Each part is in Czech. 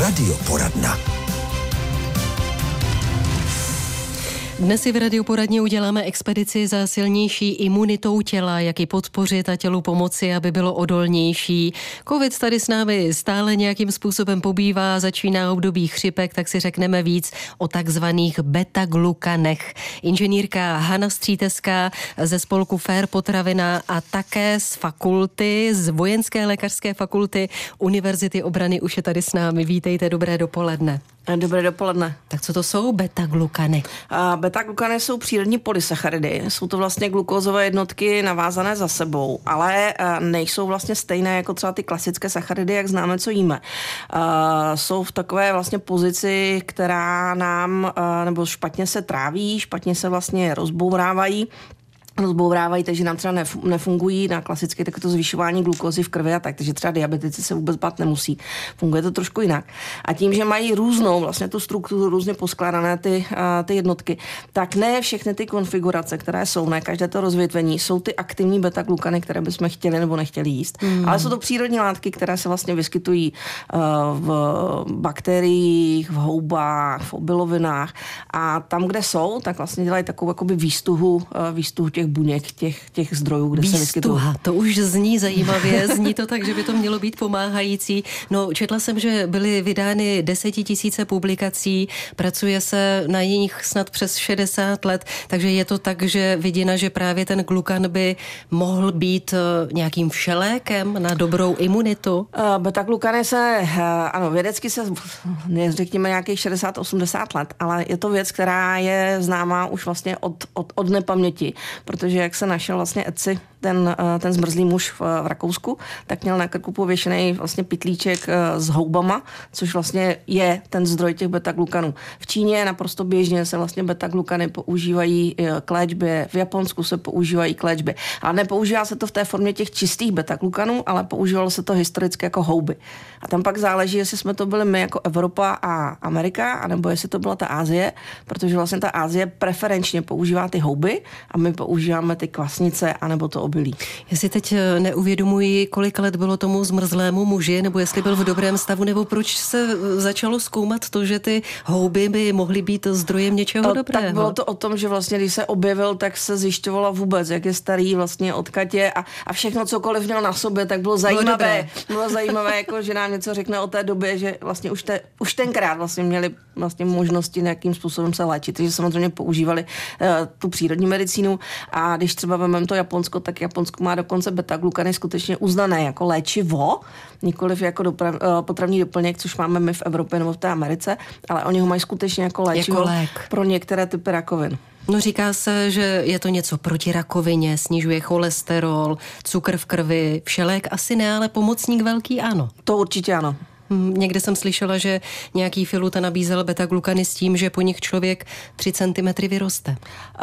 Radioporadna. Dnes si v Radioporadně uděláme expedici za silnější imunitou těla, jak ji podpořit a tělu pomoci, aby bylo odolnější. Covid tady s námi stále nějakým způsobem pobývá, začíná období chřipek, tak si řekneme víc o takzvaných beta-glukanech. Inženýrka Hana Stříteská ze spolku Fair potravina a také z fakulty, z Vojenské lékařské fakulty Univerzity obrany už je tady s námi. Vítejte, dobré dopoledne. Dobré dopoledne. Tak co to jsou beta-glukany? Beta-glukany jsou přírodní polysacharidy. Jsou to vlastně glukózové jednotky navázané za sebou, ale nejsou vlastně stejné jako třeba ty klasické sacharidy, jak známe, co jíme. Jsou v takové vlastně pozici, která nám, nebo špatně se tráví, špatně se vlastně rozbourávají, takže nám třeba nefungují na klasické takto zvyšování glukózy v krvi a tak, takže třeba diabetici se vůbec bát nemusí. Funguje to trošku jinak. A tím, že mají různou vlastně tu strukturu, různě poskládané ty jednotky, tak ne všechny ty konfigurace, které jsou, ne každé to rozvětvení, jsou ty aktivní beta-glukany, které bychom chtěli nebo nechtěli jíst. Ale jsou to přírodní látky, které se vlastně vyskytují v bakteriích, v houbách, v obilovinách a tam, kde jsou, tak vlastně dělají takovou jakoby výstuhu těch buněk, těch zdrojů, kde se vyskytují. To už zní zajímavě, zní to tak, že by to mělo být pomáhající. No, četla jsem, že byly vydány 10 000 publikací, pracuje se na nich snad přes 60 let, takže je to tak, že vidina, že právě ten glukan by mohl být nějakým všelékem na dobrou imunitu? Beta-glukany ano, vědecky se řekněme nějakých 60-80 let, ale je to věc, která je známá už vlastně od nepaměti. Protože jak se našel vlastně Eci, ten zmrzlý muž v Rakousku, tak měl na krku pověšený vlastně pytlíček s houbama, což vlastně je ten zdroj těch beta-glukanů. V Číně naprosto běžně se vlastně beta-glukany používají k léčbě, v Japonsku se používají k léčbě. Ale nepoužívá se to v té formě těch čistých beta-glukanů, ale používalo se to historicky jako houby. A tam pak záleží, jestli jsme to byli my jako Evropa a Amerika, anebo jestli to byla ta Asie, protože vlastně ta Asie preferenčně používá ty houby a my používáme ty kvasnice anebo to obilí. Já si teď neuvědomuji, kolik let bylo tomu zmrzlému muži, nebo jestli byl v dobrém stavu, nebo proč se začalo zkoumat to, že ty houby by mohly být zdrojem něčeho dobrého. Tak bylo to o tom, že vlastně, když se objevil, tak se zjišťovalo vůbec, jak je starý, vlastně odkud je a všechno, cokoliv měl na sobě, tak bylo zajímavé. Bylo zajímavé, jako, že nám něco řekne o té době, že vlastně už tenkrát vlastně měli vlastně možnosti nějakým způsobem se léčit. Takže samozřejmě používali tu přírodní medicínu a když třeba vezmeme to Japonsko, tak Japonsko má dokonce beta-glukany skutečně uznané jako léčivo, nikoliv jako potravní doplněk, což máme my v Evropě nebo v té Americe, ale oni ho mají skutečně jako léčivo pro některé typy rakovin. No, říká se, že je to něco proti rakovině, snižuje cholesterol, cukr v krvi, všelék asi ne, ale pomocník velký ano. To určitě ano. Někde jsem slyšela, že nějaký filuta nabízel beta-glukany s tím, že po nich člověk 3 cm vyroste.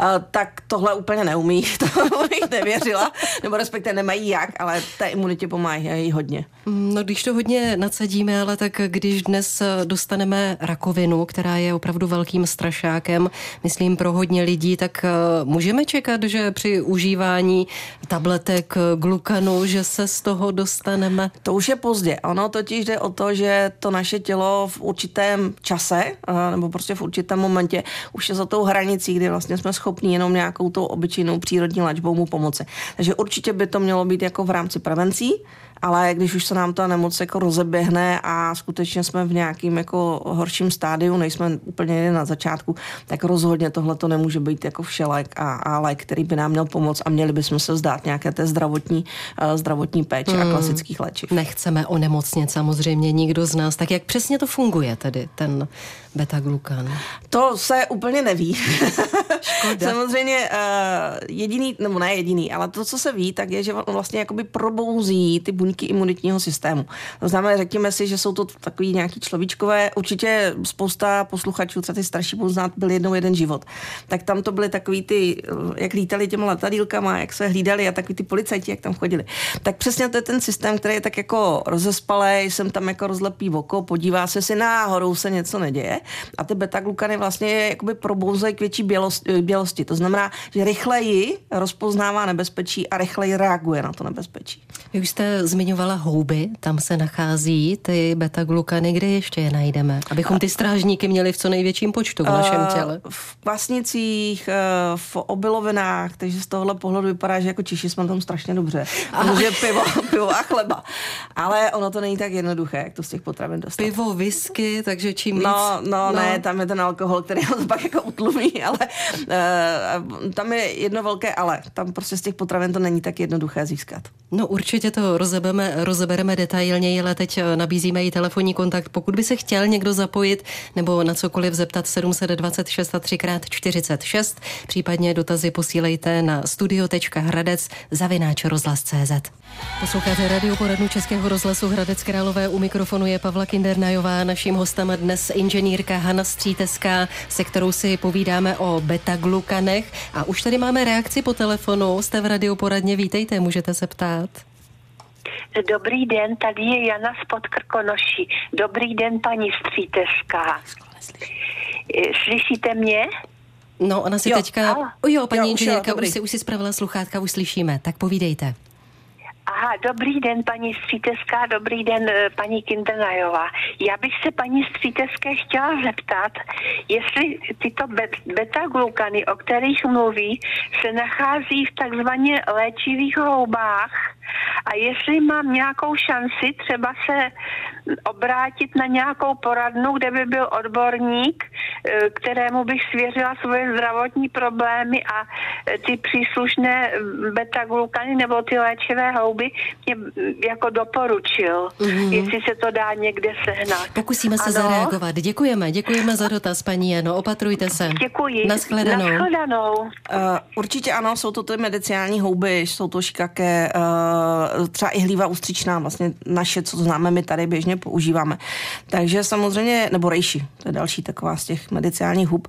Tak tohle úplně neumí, to bych nevěřila, nebo respektive nemají jak, ale té imunitě pomáhají hodně. No, když to hodně nadsadíme, ale tak když dnes dostaneme rakovinu, která je opravdu velkým strašákem, myslím pro hodně lidí, tak můžeme čekat, že při užívání tabletek glukanu, že se z toho dostaneme? To už je pozdě. Ono totiž jde o to, že to naše tělo v určitém čase, nebo prostě v určitém momentě už je za tou hranicí, kdy vlastně jsme schopni jenom nějakou tou obyčejnou přírodní léčbou mu pomoci. Takže určitě by to mělo být jako v rámci prevencí, ale když už se nám ta nemoc jako rozeběhne a skutečně jsme v nějakým jako horším stádiu, nejsme úplně na začátku, tak rozhodně tohle to nemůže být jako všelék a lék, který by nám měl pomoct a měli bychom se vzdát nějaké té zdravotní péče a klasických léčiv. Nechceme onemocnit samozřejmě nikdo z nás. Tak jak přesně to funguje tedy, ten beta-glukan? To se úplně neví. Škoda. Samozřejmě jediný, nebo ne jediný, ale to, co se ví, tak je, že vlastně jakoby probouzí ty buňky imunitního systému. To znamená, řekněme si, že jsou to takový nějaký človíčkové, určitě spousta posluchačů, třeba ty starší budou znát, byl jednou jeden život. Tak tam to byly takový ty, jak lítali těma letadýlkama, jak se hlídali a takový ty policajti, jak tam chodili. Tak přesně to je ten systém, který je tak jako rozespalej, jsem tam jako rozlepí oko, podívá se si náhodou se něco neděje a ty beta-glukany vlastně jakoby probouzejí k větší bělosti. To znamená, že rychleji rozpoznává nebezpečí a rychleji reaguje na to nebezpečí. Vy už jste zmiňovala houby, tam se nachází ty beta-glukany, kde ještě je najdeme? Abychom ty strážníky měli v co největším počtu v našem těle. V kvasnicích, v obilovinách, takže z tohohle pohledu vypadá, že jako Češi jsme tam strašně dobře. Protože pivo a chleba. Ale ono to není tak jednoduché, jak to z těch potravin dostat. Pivo, whisky, takže čím víc. No, ne, tam je ten alkohol, který ho pak jako utlumí, ale tam je jedno velké ale. Tam prostě z těch potravin to není tak jednoduché získat. No určitě to rozebereme detailněji, ale teď nabízíme i telefonní kontakt. Pokud by se chtěl někdo zapojit nebo na cokoliv zeptat 726 a 3x46, případně dotazy posílejte na studio.hradec@rozhlas.cz. Posloucháte radioporadnu Českého rozhlasu Hradec Králové. U mikrofonu je Pavla Kindernajová. Naším hostem dnes inženýrka Hana Stříteská, se kterou si povídáme o beta-glukanech. A už tady máme reakci po telefonu. Jste v radioporadně, vítejte, můžete se ptát. Dobrý den, tady je Jana z Podkrkonoší. Dobrý den, paní Stříteská. Slyšíte mě? No, ona si teďka... Paní inženýrka, už si spravila sluchátka, už slyšíme. Tak povídejte. Aha, dobrý den, paní Stříteská, dobrý den, paní Kindernajová. Já bych se paní Stříteské chtěla zeptat, jestli tyto beta-glukany, o kterých mluví, se nachází v takzvaně léčivých houbách a jestli mám nějakou šanci třeba se obrátit na nějakou poradnu, kde by byl odborník, kterému bych svěřila svoje zdravotní problémy a ty příslušné beta-glukany nebo ty léčivé houby mě jako doporučil, jestli se to dá někde sehnat. Pokusíme se zareagovat. Děkujeme za dotaz, paní Jano, opatrujte se. Děkuji. Nashledanou. Určitě ano, jsou to ty medicinální houby, jsou to šikaké, třeba i hlíva ústřičná, vlastně naše, co známe my tady běžně používáme. Takže samozřejmě, nebo rejši, to je další taková z těch medicinálních hub.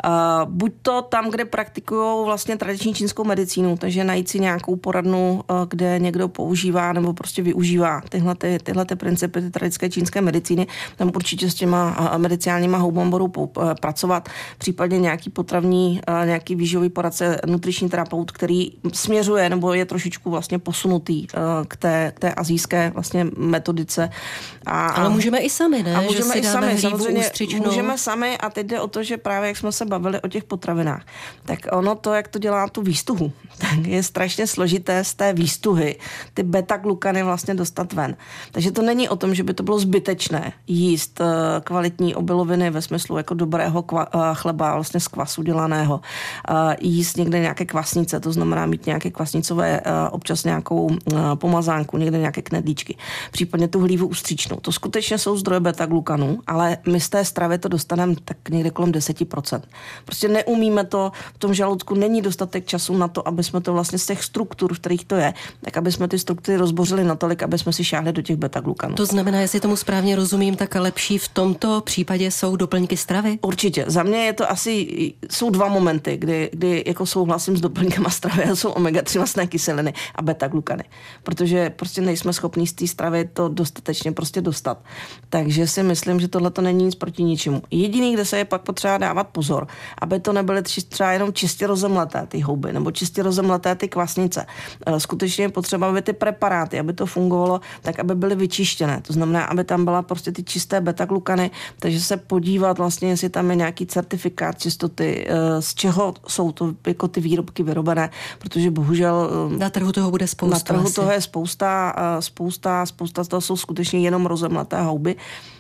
Buď to tam, kde praktikují vlastně tradiční čínskou medicínu, takže najít si nějakou poradnu, kde někdo používá nebo prostě využívá tyhle principy ty tradické čínské medicíny. Tam určitě s těma medicinálníma houbama budou pracovat. Případně nějaký potravní, nějaký výživový poradce, nutriční terapeut, který směřuje nebo je trošičku vlastně posunutý k té asijské vlastně metodice. Ale můžeme i sami, ne? A můžeme že si i dáme sami, hlívu samozřejmě ústřičnou. můžeme sami a teď jde o to, že právě jak jsme se bavili o těch potravinách, tak ono to, jak to dělá tu výstuhu, tak je strašně složité z té výstuhy ty beta-glukany vlastně dostat ven. Takže to není o tom, že by to bylo zbytečné jíst kvalitní obiloviny ve smyslu jako dobrého chleba, vlastně z kvasu dělaného, jíst někde nějaké kvasnice, to znamená mít nějaké kvasnicové, občas nějakou pomazánku, někde nějaké knedlíčky, případně tu hlívu ústřičnou. To skutečně jsou zdroje beta-glukanů, ale my z té stravy to dostaneme tak někde kolem 10%. Prostě neumíme to, v tom žaludku není dostatek času na to, aby jsme to vlastně z těch struktur, v kterých to je, tak aby jsme ty struktury rozbořili natolik, aby jsme si šáhli do těch beta-glukanů. To znamená, jestli tomu správně rozumím, tak lepší v tomto případě jsou doplňky stravy? Určitě. Za mě je to asi, jsou dva momenty, kdy jako souhlasím s doplňkama stravy, jsou omega-3 mastné kyseliny a beta-glukany. Protože prostě nejsme schopní z té stravy to dostatečně prostě dostat. Takže si myslím, že tohle to není nic proti ničemu. Jediný, kde se je pak potřeba dávat pozor, aby to nebyly třeba jenom čistě rozemleté ty houby nebo čistě rozemleté ty kvasnice. Skutečně je potřeba, aby ty preparáty, aby to fungovalo, tak aby byly vyčištěné. To znamená, aby tam byla prostě ty čisté beta-glukany, takže se podívat vlastně, jestli tam je nějaký certifikát čistoty, z čeho jsou to jako ty výrobky vyrobené, protože bohužel na trhu toho bude spousta. Na trhu toho je spousta z toho jsou skutečně jenom rozemleté houby.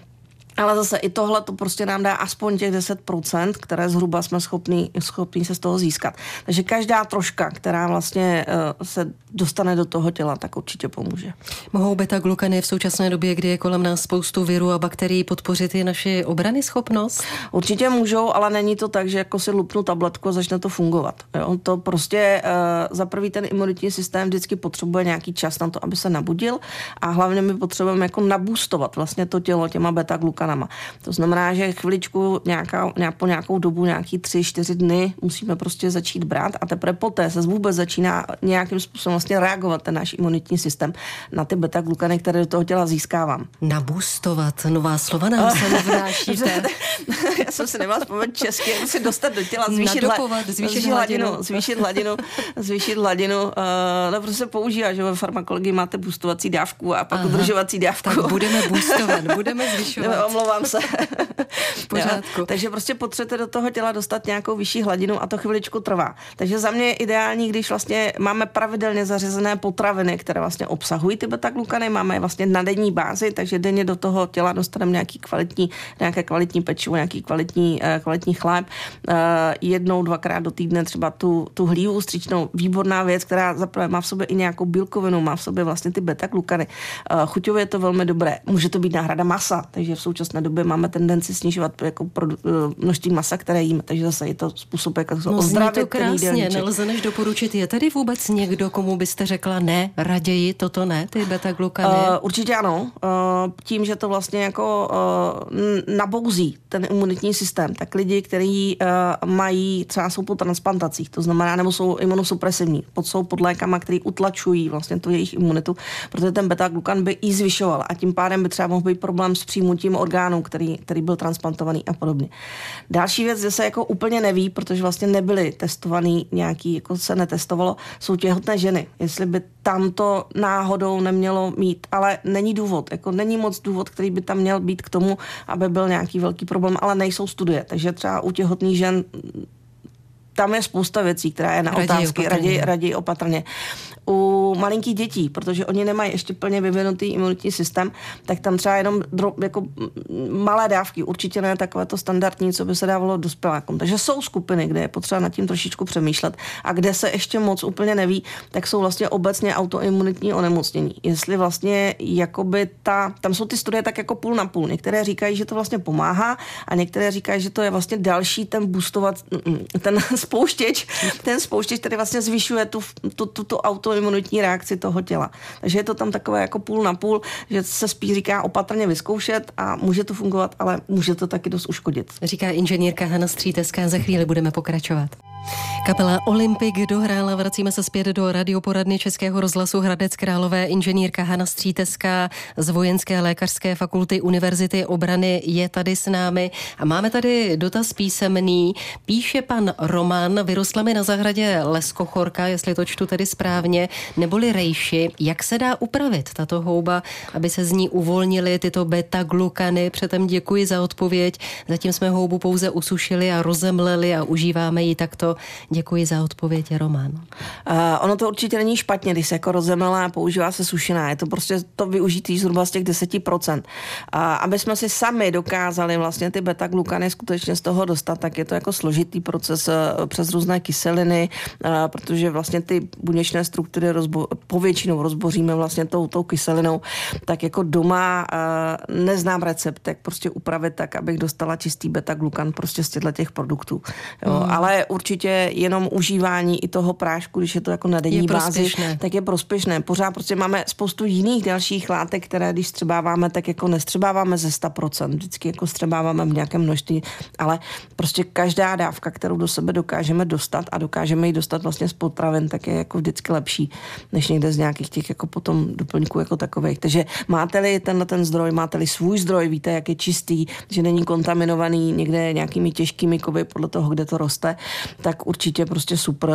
Ale zase i tohle to prostě nám dá aspoň těch 10%, které zhruba jsme schopní se z toho získat. Takže každá troška, která vlastně se dostane do toho těla, tak určitě pomůže. Mohou beta-glukany v současné době, kdy je kolem nás spoustu virů a bakterií, podpořit i naši obrany schopnost? Určitě můžou, ale není to tak, že jako si lupnu tabletku a začne to fungovat. Jo? To prostě za prvý ten imunitní systém vždycky potřebuje nějaký čas na to, aby se nabudil a hlavně my potřebujeme jako naboostovat vlastně to tělo těma beta-glukanama. glukanama. To znamená, že chviličku po nějakou dobu, nějaký 3-4 dny musíme prostě začít brát a teprve poté se vůbec začíná nějakým způsobem vlastně reagovat ten náš imunitní systém na ty beta-glukany, které do toho těla získávám. Nabustovat, nová slova nám se vnášíte. Já jsem si neměla vzpomenout česky, jak si dostat do těla, zvýšit hladinu. No prostě používá, že ve farmakologii máte boostovací dávku a pak udržovací dávku. Tak budeme boostovat, budeme zvyšovat. Omlouvám se. V pořádku. Takže prostě potřebujete do toho těla dostat nějakou vyšší hladinu a to chviličku trvá. Takže za mě je ideální, když vlastně máme pravidelně zařazené potraviny, které vlastně obsahují ty beta-glukany, máme je vlastně na denní bázi, takže denně do toho těla dostaneme nějaké kvalitní pečivo, nějaký kvalitní chléb. 1-2krát do týdne třeba tu hlívu stříčnou, výborná věc, která zaprvé má v sobě i nějakou bílkovinu, má v sobě vlastně ty beta-glukany. Chuťově je to velmi dobré. Může to být náhrada masa, takže v současné době máme tendenci snižovat jako množství masa, které jíme, takže zase je to způsob, jak to ozdravit ten krásně, nelze než doporučit. Je tady vůbec někdo, komu byste řekla ne, raději toto ne, ty beta-glukany? Určitě ano. Tím, že to vlastně jako nabouzí ten imunitní systém, tak lidi, kteří třeba jsou po transplantacích, to znamená, nebo jsou imunosupresivní, jsou pod lékama, který utlačují vlastně tu jejich imunitu, protože ten beta-glukan by i zvyšoval a tím pádem by třeba mohl být problém s přijmutím orgánu, který byl transplantovaný a podobně. Další věc, kde se jako úplně neví, protože vlastně nebyly testovaný nějaký, jako se netestovalo, jsou těhotné ženy. Jestli by tam to náhodou nemělo mít, ale není důvod, jako není moc důvod, který by tam měl být k tomu, aby byl nějaký velký problém, ale nejsou studie, takže třeba u těhotných žen tam je spousta věcí, která je na otázky, raději opatrně. U malinkých dětí, protože oni nemají ještě plně vyvinutý imunitní systém, tak tam třeba jenom jako malé dávky, určitě ne takové to standardní, co by se dávalo dospělákům. Takže jsou skupiny, kde je potřeba nad tím trošičku přemýšlet a kde se ještě moc úplně neví, tak jsou vlastně obecně autoimunitní onemocnění. Jestli vlastně jakoby tam jsou ty studie tak jako půl na půl. Některé říkají, že to vlastně pomáhá a některé říkají, že to je vlastně další ten boostovat, ten spouštěč, který vlastně zvyšuje tu autoimunitní reakci toho těla. Takže je to tam takové jako půl na půl, že se spíš říká opatrně vyzkoušet a může to fungovat, ale může to taky dost uškodit. Říká inženýrka Hana Stříteská, za chvíli budeme pokračovat. Kapela Olympik dohrála, vracíme se zpět do radioporadny Českého rozhlasu Hradec Králové. Inženýrka Hana Stříteská z Vojenské lékařské fakulty Univerzity obrany je tady s námi a máme tady dotaz písemný. Píše pan Roman, vyrostla mi na zahradě leskochorka, jestli to čtu tedy správně, neboli rejši. Jak se dá upravit tato houba, aby se z ní uvolnily tyto beta-glukany? Předem děkuji za odpověď. Zatím jsme houbu pouze usušili a rozemleli a užíváme ji takto. Děkuji za odpověď, Roman. Ono to určitě není špatně, když se jako rozemlá a používá se sušená. Je to prostě to využitý zhruba z těch 10%. Aby jsme si sami dokázali vlastně ty beta-glukany skutečně z toho dostat, tak je to jako složitý proces přes různé kyseliny, protože vlastně ty buněčné struktury povětšinou rozboříme vlastně tou kyselinou. Tak jako doma neznám recept, jak prostě upravit tak, abych dostala čistý beta-glukan prostě z těch produktů. Jo, ale určitě jenom užívání i toho prášku, když je to jako na denní bázi, tak je prospěšné. Pořád prostě máme spoustu jiných dalších látek, které když střebáváme, tak jako nestřebáváme ze 100%. Vždycky jako střebáváme v nějakém množství, ale prostě každá dávka, kterou do sebe dokážeme dostat a dokážeme ji dostat vlastně z potravin, tak je jako vždycky lepší, než někde z nějakých těch jako potom doplňků jako takových. Takže máte-li ten zdroj, máte-li svůj zdroj, víte, jak je čistý, že není kontaminovaný někde nějakými těžkými kovy podle toho, kde to roste, tak určitě prostě super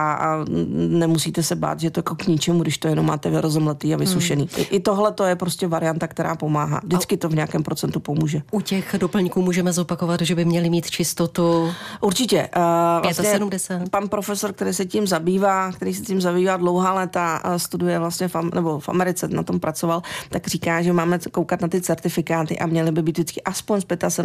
a nemusíte se bát, že je to jako k ničemu, když to jenom máte rozemletý a vysušený. I tohle to je prostě varianta, která pomáhá. Vždycky to v nějakém procentu pomůže. U těch doplňků můžeme zopakovat, že by měli mít čistotu. Určitě. Vlastně 75. Pan profesor, který se tím zabývá dlouhá léta, studuje vlastně v Americe na tom pracoval, tak říká, že máme koukat na ty certifikáty a měly by být vždycky aspoň z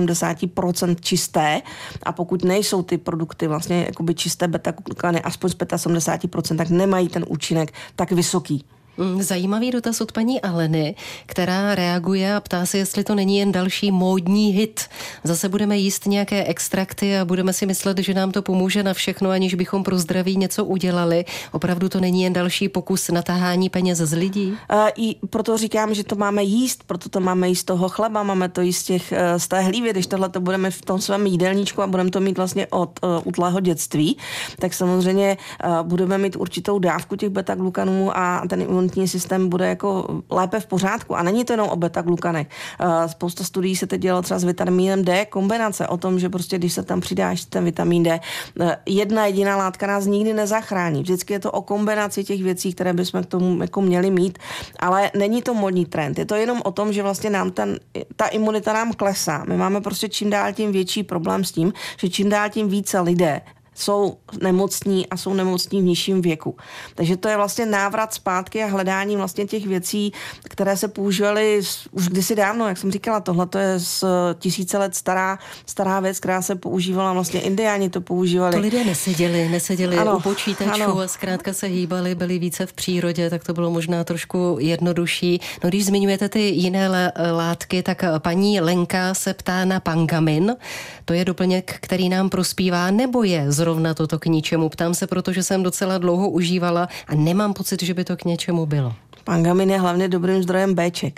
75% čisté a pokud nejsou ty produkty vlastně jakoby čisté beta-glukany aspoň z 75%, tak nemají ten účinek tak vysoký. Zajímavý dotaz od paní Aleny, která reaguje a ptá se, jestli to není jen další módní hit. Zase budeme jíst nějaké extrakty a budeme si myslet, že nám to pomůže na všechno, aniž bychom pro zdraví něco udělali. Opravdu to není jen další pokus na tahání peněz z lidí? I proto říkám, že to máme jíst, proto to máme jíst toho chleba, máme to jíst z té hlívy, když tohle to budeme v tom svém jídelníčku a budeme to mít vlastně od útlého dětství, tak samozřejmě budeme mít určitou dávku těch beta-glukanů a ten imunitní systém bude jako lépe v pořádku. A není to jenom o beta-glukanech. Spousta studií se teď dělalo třeba s vitamínem D, kombinace o tom, že prostě když se tam přidáš ten vitamin D, jedna jediná látka nás nikdy nezachrání. Vždycky je to o kombinaci těch věcí, které bychom k tomu jako měli mít, ale není to modní trend. Je to jenom o tom, že vlastně nám ta imunita nám klesá. My máme prostě čím dál tím větší problém s tím, že čím dál tím více lidé jsou nemocní a jsou nemocní v nižším věku. Takže to je vlastně návrat zpátky a hledání vlastně těch věcí, které se používaly už kdysi dávno, jak jsem říkala, tohle to je z 1000 let stará věc, která se používala, vlastně Indiáni to používali. To lidé neseděli ano, u počítačů a zkrátka se hýbali, byli více v přírodě, tak to bylo možná trošku jednodušší. No když zmiňujete ty jiné látky, tak paní Lenka se ptá na pangamin. To je doplněk, který nám prospívá, nebo je zrovna toto k ničemu? Ptám se, protože jsem docela dlouho užívala a nemám pocit, že by to k něčemu bylo. Pangamin je hlavně dobrým zdrojem Bček.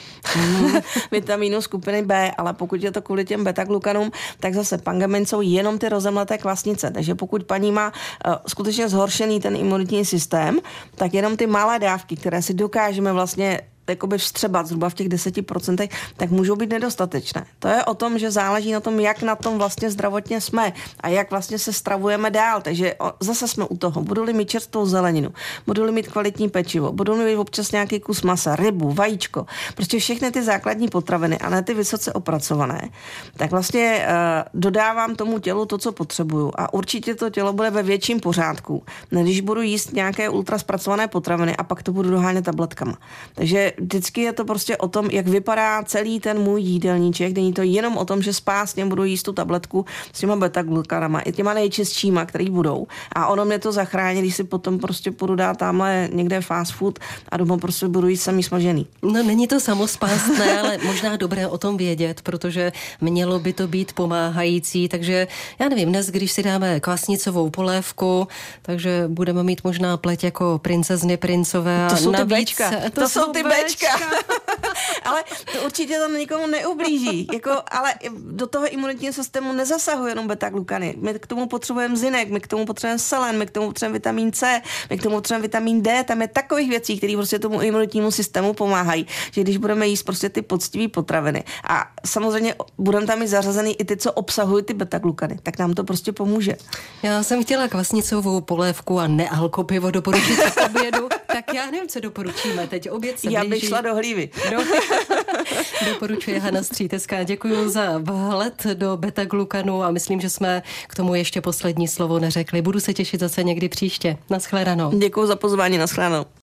Vitamínu skupiny B, ale pokud je to kvůli těm beta-glukanům, tak zase pangamin jsou jenom ty rozemleté kvasnice. Takže pokud paní má skutečně zhoršený ten imunitní systém, tak jenom ty malé dávky, které si dokážeme vlastně jakoby vstřebat zhruba v těch 10%, tak můžou být nedostatečné. To je o tom, že záleží na tom, jak na tom vlastně zdravotně jsme a jak vlastně se stravujeme dál. Takže zase jsme u toho. Budu-li mít čerstvou zeleninu, budu-li mít kvalitní pečivo, budu-li mít občas nějaký kus masa, rybu, vajíčko, prostě všechny ty základní potraviny a ne ty vysoce opracované, tak vlastně dodávám tomu tělu to, co potřebuju. A určitě to tělo bude ve větším pořádku, než když budu jíst nějaké ultraspracované potraviny a pak to budu dohánět tabletkama. Takže vždycky je to prostě o tom, jak vypadá celý ten můj jídelníček. Není to jenom o tom, že spásně budu jíst tu tabletku s těma beta-glukanama, i těma nejčistšíma, který budou. A ono mě to zachrání, když si potom prostě půjdu dát tamhle někde fast food a doma prostě budu jíst samý smažený. No není to samospásné, ale možná dobré o tom vědět, protože mělo by to být pomáhající. Takže já nevím, dnes, když si dáme kvasnicovou polévku, takže budeme mít možná pleť jako princezny, princové. To jsou ty Bčka. To jsou ty Bčka. Ale to určitě to nikomu neublíží. Ale do toho imunitního systému nezasahuje jenom beta-glukany. My k tomu potřebujeme zinek, my k tomu potřebujeme selen, my k tomu potřebujeme vitamin C, my k tomu potřebujeme vitamin D. Tam je takových věcí, které prostě tomu imunitnímu systému pomáhají, že když budeme jíst prostě ty poctivé potraviny a samozřejmě budeme tam i zařazený i ty, co obsahují ty beta-glukany, tak nám to prostě pomůže. Já jsem chtěla kvasnicovou polévku a nealkopivo doporučit k obědu, tak já nevím, co doporučíme teď. Oběd se Já bych šla do hlívy. Doporučuje Hana Střítecká. Děkuji za vhled do beta-glukanu a myslím, že jsme k tomu ještě poslední slovo neřekli. Budu se těšit zase někdy příště. Naschledanou. Děkuji za pozvání, naschledanou.